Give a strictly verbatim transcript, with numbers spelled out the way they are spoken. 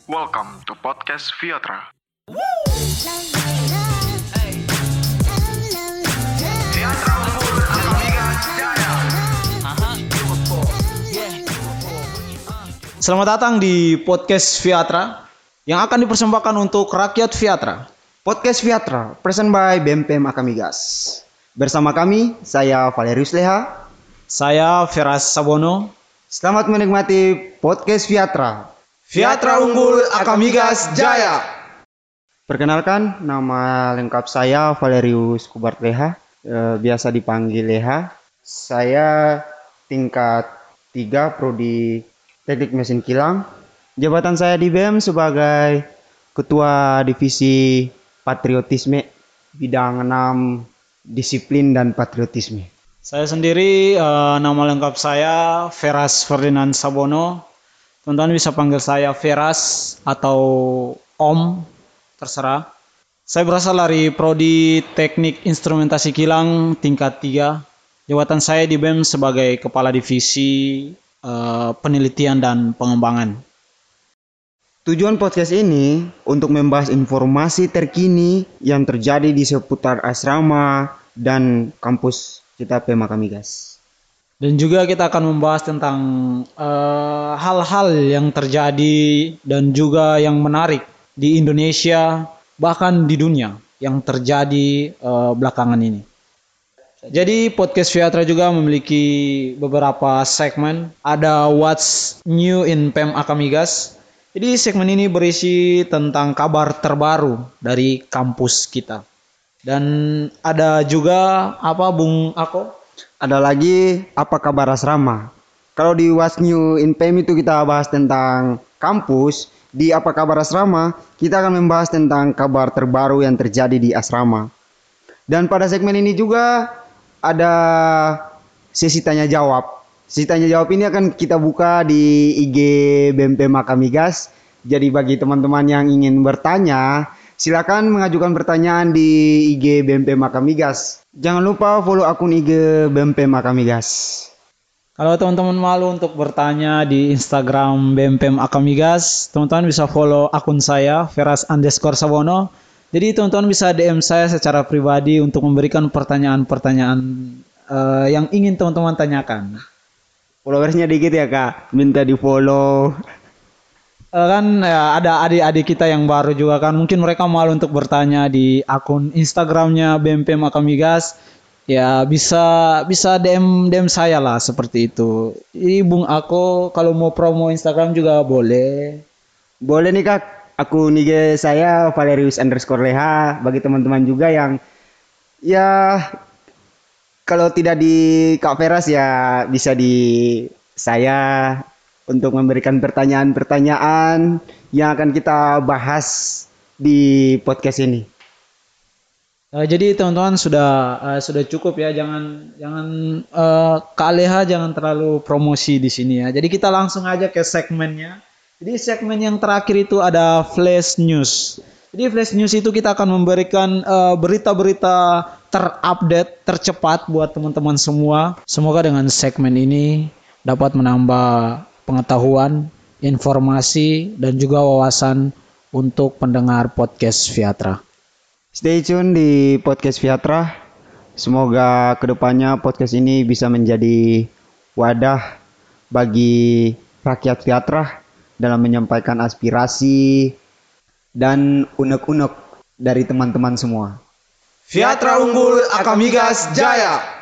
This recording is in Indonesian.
Welcome to Podcast Viatra. Viatra Unggul Akamiga Jaya. Selamat datang di Podcast Viatra yang akan dipersembahkan untuk rakyat Viatra. Podcast Viatra, present by B M P M Akamigas. Bersama kami, saya Valerius Leha. Saya Feras Sabono. Selamat menikmati Podcast Viatra. Viatra Unggul Akamigas Jaya. Perkenalkan, nama lengkap saya Valerius Kubart Leha, e, biasa dipanggil Leha. Saya tingkat tiga Prodi Teknik Mesin Kilang. Jabatan saya di B E M sebagai Ketua Divisi Patriotisme, bidang enam Disiplin dan Patriotisme. Saya sendiri, uh, nama lengkap saya Feras Ferdinand Sabono. Teman-teman bisa panggil saya Feras atau Om, terserah. Saya berasal dari Prodi Teknik Instrumentasi Kilang tingkat tiga. Jabatan saya di B E M sebagai Kepala Divisi uh, Penelitian dan Pengembangan. Tujuan podcast ini untuk membahas informasi terkini yang terjadi di seputar asrama dan kampus kita P M Akamigas. Dan juga kita akan membahas tentang uh, hal-hal yang terjadi dan juga yang menarik di Indonesia bahkan di dunia yang terjadi uh, belakangan ini. Jadi podcast Viatra juga memiliki beberapa segmen. Ada What's New in P M Akamigas. Jadi segmen ini berisi tentang kabar terbaru dari kampus kita. Dan ada juga apa Bung Ako? Ada lagi apa kabar asrama. Kalau di What's New in P M itu kita bahas tentang kampus, di apa kabar asrama kita akan membahas tentang kabar terbaru yang terjadi di asrama. Dan pada segmen ini juga ada sesi tanya jawab. Sesi tanya jawab ini akan kita buka di I G B M P M Akamigas. Jadi bagi teman-teman yang ingin bertanya, silakan mengajukan pertanyaan di I G B M P M Akamigas. Jangan lupa follow akun I G B M P M Akamigas. Kalau teman-teman malu untuk bertanya di Instagram B M P M Akamigas, teman-teman bisa follow akun saya Feras underscore Sabono. Jadi teman-teman bisa D M saya secara pribadi untuk memberikan pertanyaan-pertanyaan uh, yang ingin teman-teman tanyakan. Followersnya dikit ya kak, minta di follow. Uh, kan ya, ada adik-adik kita yang baru juga kan, mungkin mereka malu untuk bertanya di akun Instagramnya B M P M Akamigas. Ya bisa bisa D M D M saya lah seperti itu. Ini Bung Ako kalau mau promo Instagram juga boleh. Boleh nih kak, akun I G saya Valerius underscore Leha. Bagi teman-teman juga yang ya kalau tidak di Kak Feras ya bisa di saya untuk memberikan pertanyaan-pertanyaan yang akan kita bahas di podcast ini. Uh, jadi teman-teman sudah uh, sudah cukup ya, jangan jangan uh, Kak Leha jangan terlalu promosi di sini ya. Jadi kita langsung aja ke segmennya. Jadi segmen yang terakhir itu ada Flash News. Jadi Flash News itu kita akan memberikan uh, berita-berita terupdate, tercepat buat teman-teman semua. Semoga dengan segmen ini dapat menambah pengetahuan, informasi, dan juga wawasan untuk pendengar podcast Viatra. Stay tune di podcast Viatra. Semoga kedepannya podcast ini bisa menjadi wadah bagi rakyat Viatra dalam menyampaikan aspirasi dan unek-unek dari teman-teman semua. Viatra Unggul Akamigas Jaya.